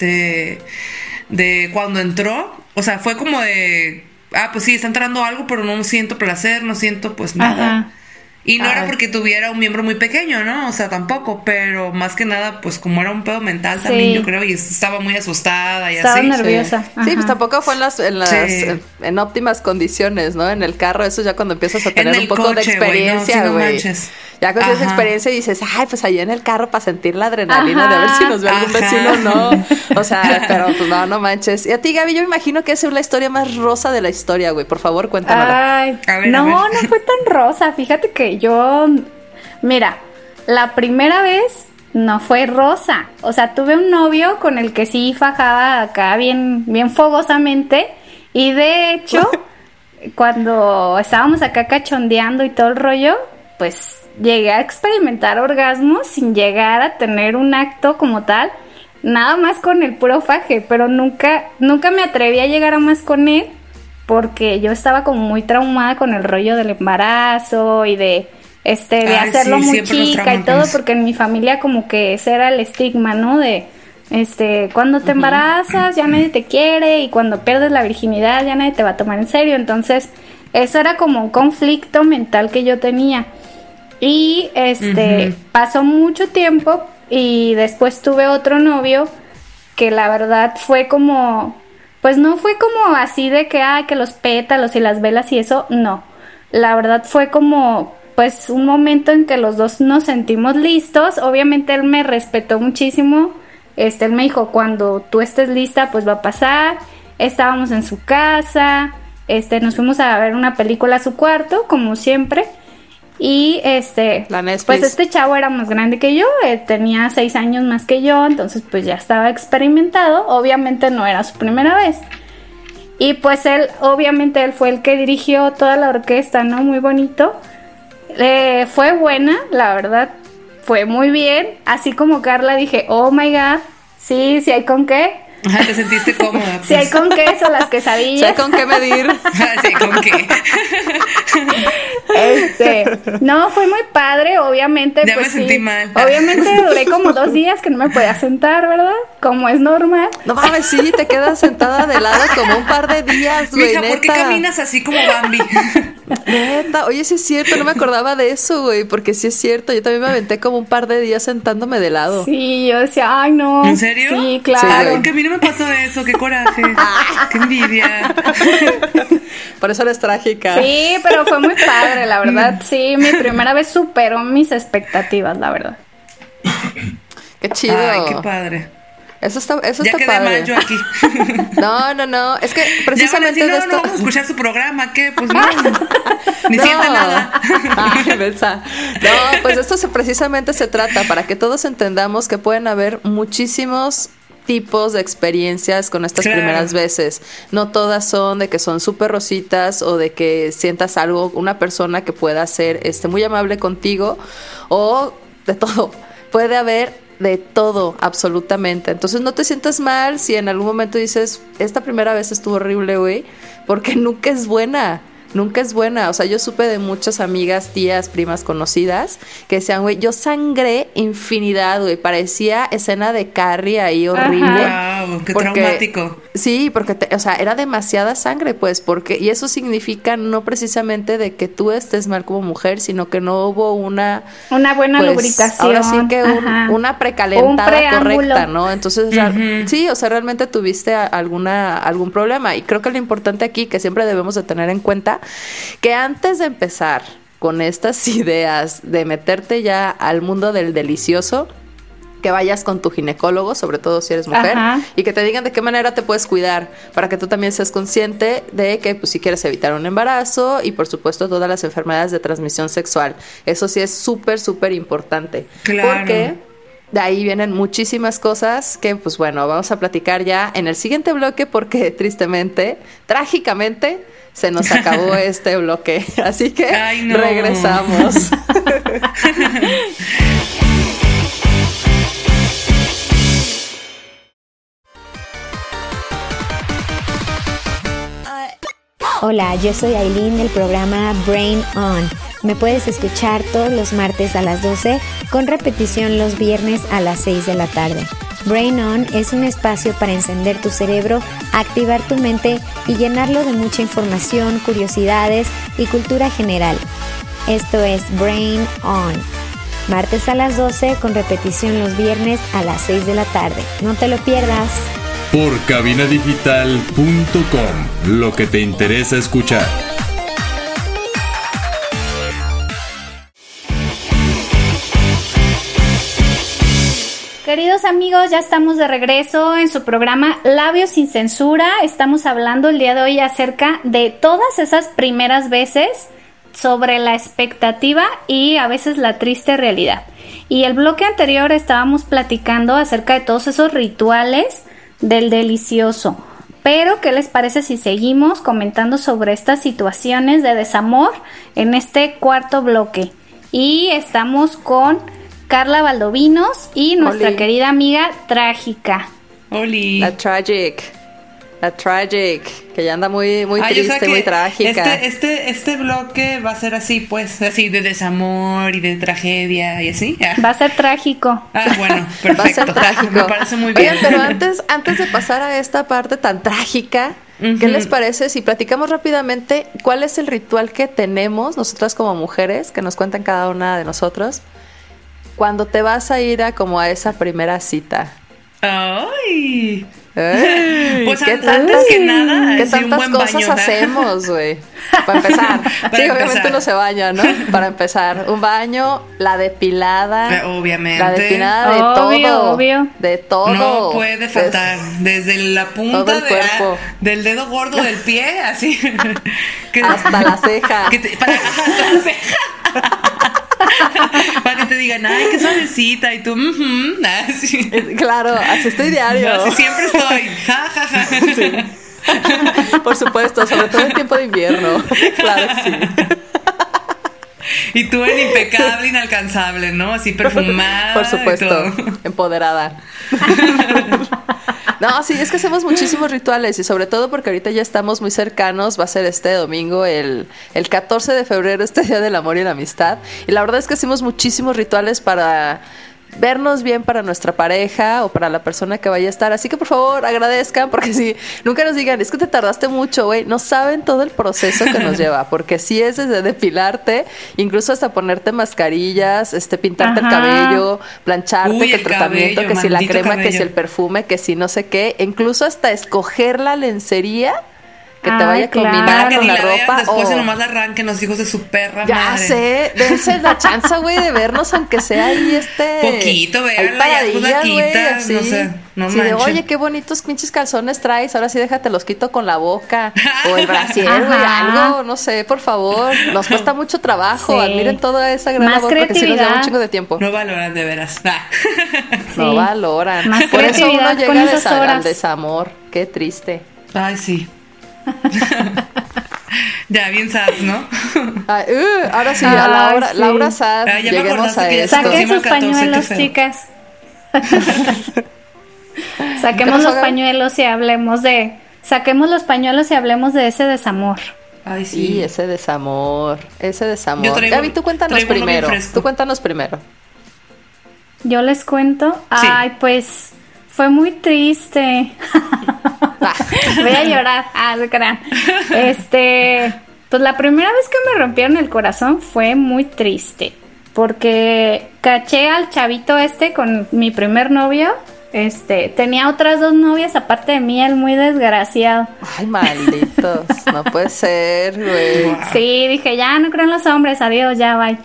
de cuando entró, o sea, fue como de... pues sí, está entrando algo, pero no siento placer, no siento pues nada. Ajá. Y no era porque tuviera un miembro muy pequeño, ¿no? O sea, tampoco, pero más que nada, pues como era un pedo mental también, yo creo, y estaba muy asustada y estaba así. Nerviosa. Sí, pues tampoco fue en óptimas condiciones, ¿no? En el carro, eso ya cuando empiezas a tener un poco de experiencia, güey. Ya con esa experiencia dices, ay, pues allá en el carro para sentir la adrenalina de ver si nos ve algún vecino o no. O sea, pero pues no manches. Y a ti, Gaby, yo me imagino que es la historia más rosa de la historia, güey. Por favor, cuéntamela. Ay, no fue tan rosa. Fíjate que mira, la primera vez no fue rosa. O sea, tuve un novio con el que sí fajaba acá bien fogosamente. Y de hecho, cuando estábamos acá cachondeando y todo el rollo, pues llegué a experimentar orgasmos sin llegar a tener un acto como tal, nada más con el puro faje, pero nunca me atreví a llegar a más con él porque yo estaba como muy traumada con el rollo del embarazo y de hacerlo muy chica y todo, porque en mi familia como que ese era el estigma, ¿no? De cuando te embarazas ya nadie te quiere y cuando pierdes la virginidad ya nadie te va a tomar en serio, entonces eso era como un conflicto mental que yo tenía. Y pasó mucho tiempo y después tuve otro novio que la verdad fue como, pues no fue como así de que los pétalos y las velas y eso, no. La verdad fue como, pues un momento en que los dos nos sentimos listos. Obviamente él me respetó muchísimo. Él me dijo, cuando tú estés lista, pues va a pasar. Estábamos en su casa, nos fuimos a ver una película a su cuarto, como siempre. Y La Netflix. pues este chavo era más grande que yo, tenía 6 años más que yo, entonces pues ya estaba experimentado. Obviamente no era su primera vez. Y pues él fue el que dirigió toda la orquesta, ¿no? Muy bonito. Fue buena, la verdad, fue muy bien. Así como Carla dije, oh my God, sí hay con qué. Ajá, te sentiste cómoda. Pues. Si hay con queso, las quesadillas. Si hay con qué medir. Sí, con qué. No, fue muy padre, obviamente. Ya pues me sentí sí. mal. Obviamente duré como 2 días que no me podía sentar, ¿verdad? Como es normal. No mames, sí, te quedas sentada de lado como un par de días, güey, Mija, neta. ¿por qué caminas así como Bambi? Neta, oye, sí es cierto, no me acordaba de eso, güey, porque sí es cierto, yo también me aventé como un par de días sentándome de lado. Sí, yo decía, ay, no. ¿En serio? Sí, claro. Sí. Porque a mí no me pasó eso, qué coraje, qué envidia. Por eso eres trágica. Sí, pero fue muy padre, la verdad. Sí, mi primera vez superó mis expectativas, la verdad. Qué chido. Ay, qué padre. Eso está Ya quedé padre. mal yo aquí. No, es que precisamente ya de no esto. vamos a escuchar su programa, ¿qué? Pues no, ni No. sienta nada. Ay, Belsa. No, pues esto precisamente se trata para que todos entendamos que pueden haber muchísimos tipos de experiencias con estas Claro. primeras veces. No todas son de que son súper rositas o de que sientas algo, una persona que pueda ser muy amable contigo o de todo. Puede haber de todo, absolutamente. Entonces no te sientas mal si en algún momento dices, esta primera vez estuvo horrible, güey, porque nunca es buena. Nunca es buena. O sea, yo supe de muchas amigas, tías, primas conocidas que decían, güey, yo sangré infinidad, güey. Parecía escena de Carrie ahí horrible. Wow, qué traumático. Sí, porque, o sea, era demasiada sangre, pues, y eso significa no precisamente de que tú estés mal como mujer, sino que no hubo una buena pues, lubricación. ahora sí que una precalentada correcta, ¿no? Entonces, sí, o sea, realmente tuviste algún problema. Y creo que lo importante aquí, que siempre debemos de tener en cuenta, que antes de empezar con estas ideas de meterte ya al mundo del delicioso, que vayas con tu ginecólogo, sobre todo si eres mujer, y que te digan de qué manera te puedes cuidar, para que tú también seas consciente de que pues, si quieres evitar un embarazo y por supuesto todas las enfermedades de transmisión sexual. Eso sí es súper, súper importante. Claro. Porque de ahí vienen muchísimas cosas que, pues bueno, vamos a platicar ya en el siguiente bloque porque tristemente, trágicamente, se nos acabó este bloque. Así que regresamos. Hola, yo soy Aileen del programa Brain On. Me puedes escuchar todos los martes a las 12 con repetición los viernes a las 6 de la tarde. Brain On es un espacio para encender tu cerebro, activar tu mente y llenarlo de mucha información, curiosidades y cultura general. Esto es Brain On. Martes a las 12 con repetición los viernes a las 6 de la tarde. No te lo pierdas. Por cabinadigital.com, lo que te interesa escuchar. Queridos amigos, ya estamos de regreso en su programa Labios sin Censura. Estamos hablando el día de hoy acerca de todas esas primeras veces, sobre la expectativa y a veces la triste realidad. Y el bloque anterior estábamos platicando acerca de todos esos rituales del delicioso. Pero, ¿qué les parece si seguimos comentando sobre estas situaciones de desamor en este cuarto bloque? Y estamos con Carla Valdovinos y nuestra Oli. querida amiga Trágica. Oli. La tragic, que ya anda muy triste, o sea, muy trágica. Este bloque va a ser así, pues, así de desamor y de tragedia y así. Va a ser trágico. Bueno, perfecto. Va a ser trágico. Me parece muy bien. Oigan, pero antes de pasar a esta parte tan trágica, ¿qué les parece si platicamos rápidamente cuál es el ritual que tenemos nosotras como mujeres, que nos cuentan cada una de nosotros, cuando te vas a ir a como a esa primera cita. ¡Ay! Pues antes que nada, ¿qué sí, un tantas buen cosas baño, ¿no? hacemos, güey? Para empezar. Sí, obviamente uno se baña, ¿no? Para empezar, un baño, la depilada. Obviamente. La depilada de Obvio. De todo. No puede faltar. Desde la punta todo el cuerpo. Del dedo gordo del pie, así. Hasta la ceja. Hasta la ceja. Para que te digan, ay, qué suavecita. Y tú, así. Claro, así estoy diario. Así siempre estoy. Ja, ja, ja. Sí. Por supuesto, sobre todo en tiempo de invierno. Claro que sí. Y tú en impecable, inalcanzable, ¿no? Así perfumada. Por supuesto, empoderada. No, sí, es que hacemos muchísimos rituales y sobre todo porque ahorita ya estamos muy cercanos, va a ser este domingo, el 14 de febrero, este Día del Amor y la Amistad. Y la verdad es que hacemos muchísimos rituales para vernos bien para nuestra pareja o para la persona que vaya a estar. Así que por favor agradezcan, porque si nunca nos digan, es que te tardaste mucho, güey, no saben todo el proceso que nos lleva, porque sí es desde depilarte, incluso hasta ponerte mascarillas, pintarte el cabello, plancharte, que el tratamiento, cabello, que si la crema, cabello. que si el perfume, que si no sé qué, incluso hasta escoger la lencería que te vaya a combinar Para que con ni la la vean ropa. después y nomás la arranquen los hijos de su perra Ya madre. sé, dense la chance, güey, de vernos, aunque sea ahí poquito, véanla, ya pues la quitas, no sé, no sí, de, manchen. oye, qué bonitos pinches calzones traes, ahora sí déjate los quito con la boca, o el brasier, güey, algo, no sé, por favor, nos cuesta mucho trabajo, Sí. admiren toda esa gran Más labor, porque sí nos lleva creatividad. un chingo de tiempo. No valoran de veras. No Sí. valoran. Más Por eso uno creatividad con llega esas al horas. desamor, qué triste. Ay, sí. Ya, bien sad, ¿no? Ay, ahora sí, a la hora, sí. Laura Sad, Ah, ya me lleguemos acordaste a que ya esto. se Saquen sus Próximo 14, pañuelos, qué feo. chicas. ¿Qué Saquemos pasó, los Gaby? pañuelos y hablemos de... Saquemos los pañuelos y hablemos de ese desamor. Ay, Sí, sí. ese desamor, ese desamor. Yo traigo- Gaby, tú cuéntanos traigo uno bien primero. fresco. Tú cuéntanos primero. Yo les cuento. Ay, pues fue muy triste. Voy a llorar. Se crean. Pues la primera vez que me rompieron el corazón fue muy triste. Porque caché al chavito con mi primer novio. Tenía otras 2 novias aparte de mí, el muy desgraciado. Ay, malditos, no puede ser, güey. Sí, dije, ya no creo en los hombres, adiós, ya, bye.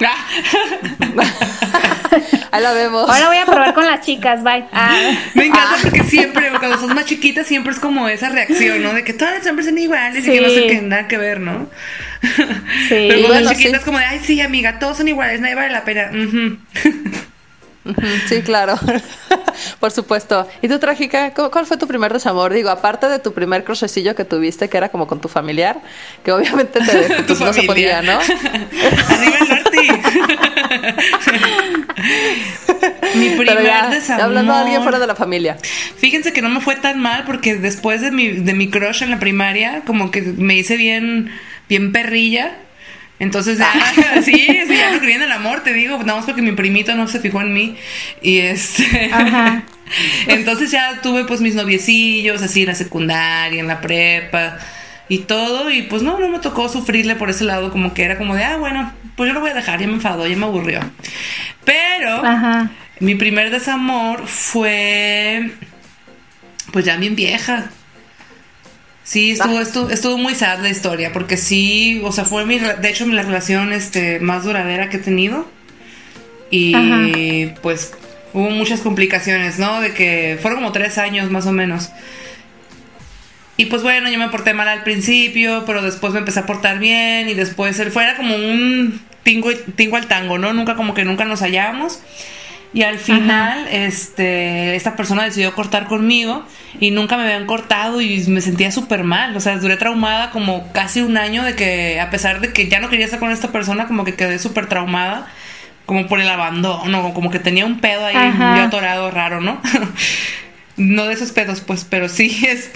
Ahí la vemos. Ahora voy a probar con las chicas, bye. Me encanta porque siempre, cuando sos más chiquita, siempre es como esa reacción, ¿no? De que todos los hombres son iguales y que no sé qué, nada que ver, ¿no? Sí. Pero cuando Bueno, chiquita sí. es como de, ay, sí, amiga, todos son iguales, nadie vale la pena. Ujú. Sí, claro. Por supuesto. ¿Y tú, Trágica? ¿Cuál fue tu primer desamor? Digo, aparte de tu primer crushecillo que tuviste, que era como con tu familiar, que obviamente te Tu no se podía, familia. ¿no? Arriba el norte. Mi Pero primer ya, desamor. hablando de alguien fuera de la familia. Fíjense que no me fue tan mal porque después de mi crush en la primaria, como que me hice bien perrilla. Entonces ya, sí, ya no creía en el amor, te digo, nada más porque mi primito no se fijó en mí. Y Ajá. entonces ya tuve pues mis noviecillos, así en la secundaria, en la prepa y todo, y pues no me tocó sufrirle por ese lado, como que era como de, bueno, pues yo lo voy a dejar, ya me enfadó, ya me aburrió. Pero Ajá. mi primer desamor fue pues ya bien vieja. Sí, estuvo muy sad la historia, porque sí, o sea, fue de hecho la relación más duradera que he tenido. Y pues hubo muchas complicaciones, ¿no? De que fueron como 3 años más o menos. Y pues bueno, yo me porté mal al principio, pero después me empecé a portar bien y después él fuera como un tingo al tango, ¿no? Nunca nos hallamos. Y al final, esta persona decidió cortar conmigo y nunca me habían cortado y me sentía súper mal. O sea, duré traumada como casi 1 año de que, a pesar de que ya no quería estar con esta persona, como que quedé súper traumada, como por el abandono, como que tenía un pedo ahí yo atorado raro, ¿no? No de esos pedos, pues, pero sí,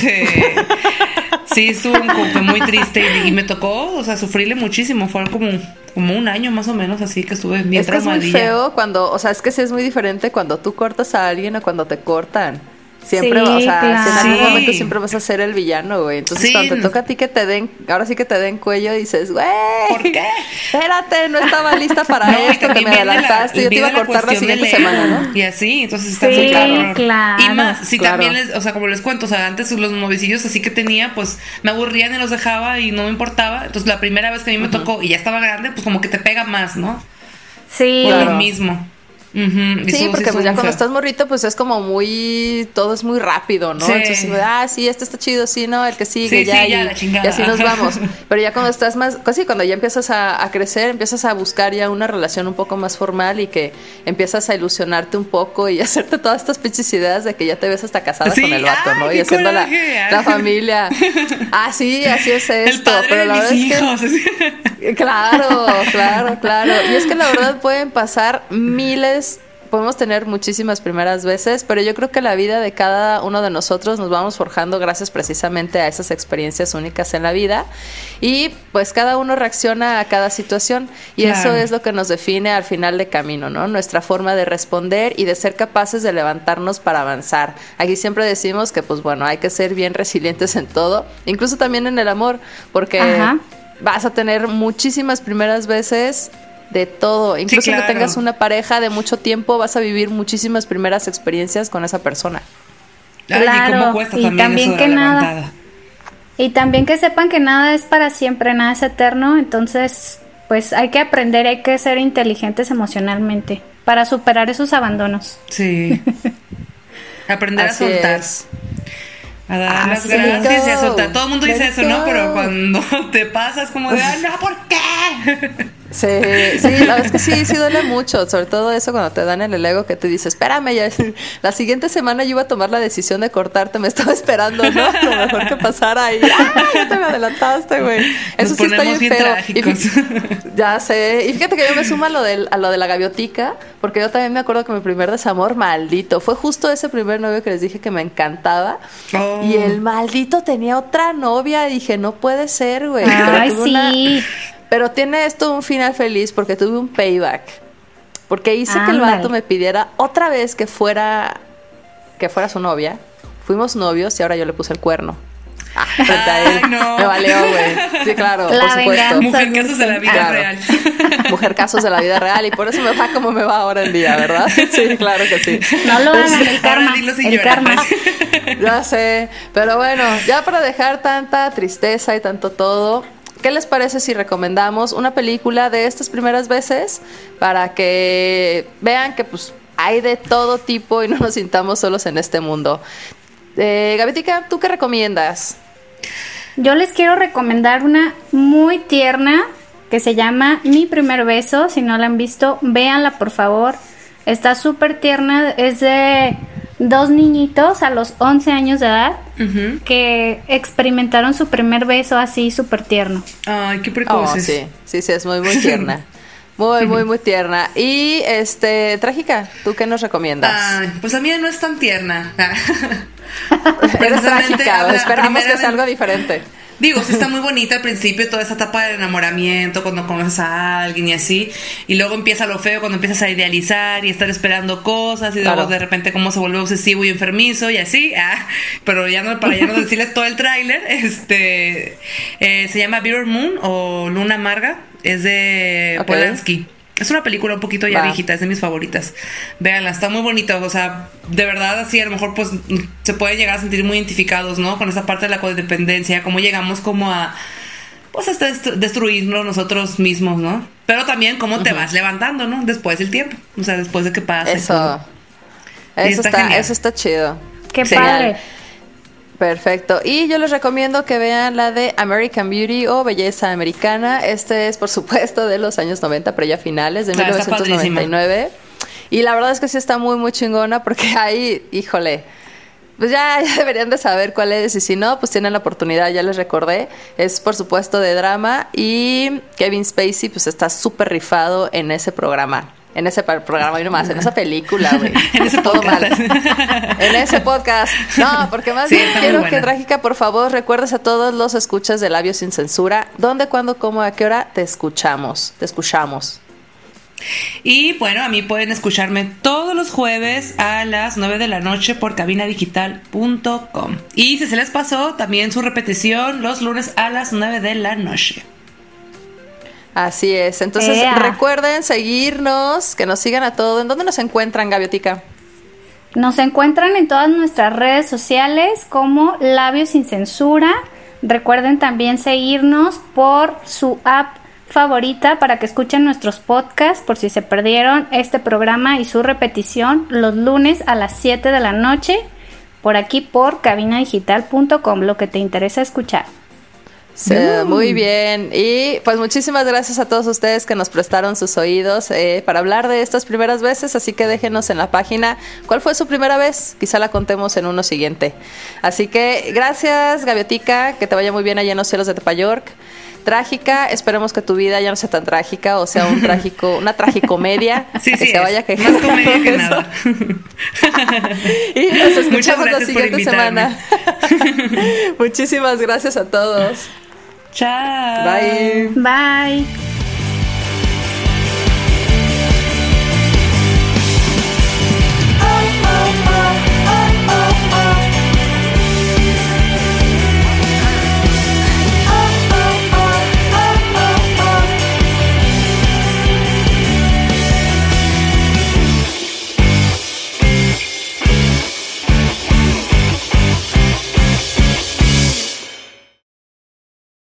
sí estuvo como que muy triste y me tocó, o sea, sufrirle muchísimo. Fue como 1 año más o menos, así que estuve bien Es que es muy traumadilla. feo cuando, o sea, es que sí es muy diferente cuando tú cortas a alguien o cuando te cortan. Siempre, Sí, o sea, claro. si en algún Sí. momento siempre vas a ser el villano, güey. Entonces, Sí. cuando te toca a ti que te den, ahora sí que te den cuello, dices, güey, ¿Por qué? espérate, no estaba lista para No, y esto, te también me viene adelantaste, yo te iba a viene la cortar la cuestión siguiente del ego, semana, ¿no? Y así, entonces está Sí, muy cabrón. claro. Y más, si Claro. también o sea, como les cuento, o sea, antes los novicillos así que tenía, pues me aburrían y los dejaba y no me importaba. Entonces la primera vez que a mí me tocó y ya estaba grande, pues como que te pega más, ¿no? Sí. Por Claro. lo mismo. Ujú, y Sí, eso porque es pues ya muy cuando feo. estás morrito, pues es como muy, todo es muy rápido, ¿no? Sí. Entonces, sí, este está chido, sí, no, el que sigue, Sí, ya, sí, ya, y, la chingada. y así nos vamos. Pero ya cuando estás más, casi cuando ya empiezas a crecer, empiezas a buscar ya una relación un poco más formal y que empiezas a ilusionarte un poco y hacerte todas estas pinches ideas de que ya te ves hasta casada Sí, con el vato, ay, ¿no? qué Y haciendo coraje. la familia. Ah, sí, así es El esto. padre Pero de la mis verdad es que hijos. así. Claro. Y es que la verdad pueden pasar miles, podemos tener muchísimas primeras veces, pero yo creo que la vida de cada uno de nosotros nos vamos forjando gracias precisamente a esas experiencias únicas en la vida y pues cada uno reacciona a cada situación y Claro. eso es lo que nos define al final de camino, ¿no? Nuestra forma de responder y de ser capaces de levantarnos para avanzar. Aquí siempre decimos que pues bueno, hay que ser bien resilientes en todo, incluso también en el amor, porque Ajá. vas a tener muchísimas primeras veces de todo. Incluso claro. que tengas una pareja de mucho tiempo, vas a vivir muchísimas primeras experiencias con esa persona. Ay, y Claro, cómo cuesta y también también eso de que la nada. levantada. Y también que sepan que nada es para siempre, nada es eterno, entonces pues hay que aprender, hay que ser inteligentes emocionalmente para superar esos abandonos. Sí. Aprender Así a soltar. es. A dar las Así gracias y a go. soltar. Todo el mundo dice Let eso, it ¿no? go. Pero cuando te pasas como de, ¡ah, no, ¿por qué? Sí, la verdad es que sí duele mucho, sobre todo eso cuando te dan en el ego que te dice, espérame, ya, la siguiente semana yo iba a tomar la decisión de cortarte, me estaba esperando, ¿no? Lo mejor que pasara y ya te me adelantaste, güey. Eso Nos sí está ponemos bien bien feo. trágicos. Ya sé, y fíjate que yo me sumo a lo de la gaviotica, porque yo también me acuerdo que mi primer desamor maldito fue justo ese primer novio que les dije que me encantaba, Oh. y el maldito tenía otra novia, y dije, no puede ser, güey. Pero Ay, tuve una- sí. pero tiene esto un final feliz porque tuve un payback. Porque hice que el Ándale. vato me pidiera otra vez que fuera su novia. Fuimos novios y ahora yo le puse el cuerno. Frente a él. Ay, no. Me valió, güey. Sí, claro, La por supuesto. venganza. Mujer casos de la vida Claro. real. Mujer casos de la vida real y por eso me va como me va ahora en día, ¿verdad? Sí, claro que sí. No lo hagan, el karma, Ahora dilo sin el llorar. karma. Ya sé, pero bueno, ya para dejar tanta tristeza y tanto todo, ¿qué les parece si recomendamos una película de estas primeras veces para que vean que pues hay de todo tipo y no nos sintamos solos en este mundo? Gavitica, ¿tú qué recomiendas? Yo les quiero recomendar una muy tierna que se llama Mi Primer Beso. Si no la han visto, véanla por favor. Está súper tierna. Es de dos niñitos a los 11 años de edad Ujú. que experimentaron su primer beso así súper tierno. Ay, qué Oh, precoces. sí, es muy tierna. Muy tierna. Y Trágica, ¿tú qué nos recomiendas? Ay, pues la mía no es tan tierna. Eres Precisamente trágica, habla esperamos que sea primeramente- algo diferente. Digo, sí está muy bonita al principio, toda esa etapa del enamoramiento, cuando conoces a alguien y así, y luego empieza lo feo cuando empiezas a idealizar y estar esperando cosas, y luego Claro. de repente cómo se vuelve obsesivo y enfermizo y así, pero ya no, para ya no decirles todo el tráiler, se llama Bitter Moon o Luna Amarga, es de Ok. Polanski. Es una película un poquito ya Va. viejita, es de mis favoritas. Véanla, está muy bonita, o sea, de verdad así a lo mejor pues se pueden llegar a sentir muy identificados, ¿no? Con esa parte de la codependencia, cómo llegamos como a pues hasta destruirnos nosotros mismos, ¿no? Pero también cómo te vas levantando, ¿no? Después del tiempo, o sea, después de que pasa. y todo. Eso está chido. Qué Sí. padre. Perfecto. Y yo les recomiendo que vean la de American Beauty o Belleza Americana. Este es, por supuesto, de los años 90, pero ya finales, de Claro, está 1999. Y la verdad es que sí está muy chingona porque ahí, híjole, pues ya deberían de saber cuál es. Y si no, pues tienen la oportunidad, ya les recordé. Es, por supuesto, de drama. Y Kevin Spacey, pues está súper rifado en ese programa. En ese programa y nomás, en esa película, güey. En ese Todo podcast. mal. En ese podcast. No, porque más Sí, bien está muy quiero buena. que, Trágica, por favor, recuerdes a todos los escuchas de Labios Sin Censura. ¿Dónde, cuándo, cómo, a qué hora te escuchamos? Te escuchamos. Y bueno, a mí pueden escucharme todos todos los jueves a las 9 de la noche por cabinadigital.com. Y si se les pasó, también su repetición los lunes a las 9 de la noche. Así es. Entonces, recuerden seguirnos, que nos sigan a todos. ¿En dónde nos encuentran, Gaviotica? Nos encuentran en todas nuestras redes sociales como Labios Sin Censura. Recuerden también seguirnos por su app favorita para que escuchen nuestros podcasts por si se perdieron este programa y su repetición los lunes a las 7 de la noche por aquí por cabinadigital.com, lo que te interesa escuchar. Sí, muy bien. Y pues muchísimas gracias a todos ustedes que nos prestaron sus oídos para hablar de estas primeras veces, así que déjenos en la página cuál fue su primera vez, quizá la contemos en uno siguiente. Así que gracias, Gaviotica, que te vaya muy bien allá en los cielos de Tepayork. Trágica, esperemos que tu vida ya no sea tan trágica, o sea, una tragicomedia, sí, que sí se vaya quejando. Más comedia que nada. Y nos escuchamos la siguiente semana. Muchísimas gracias a todos. Chao. Bye. Bye.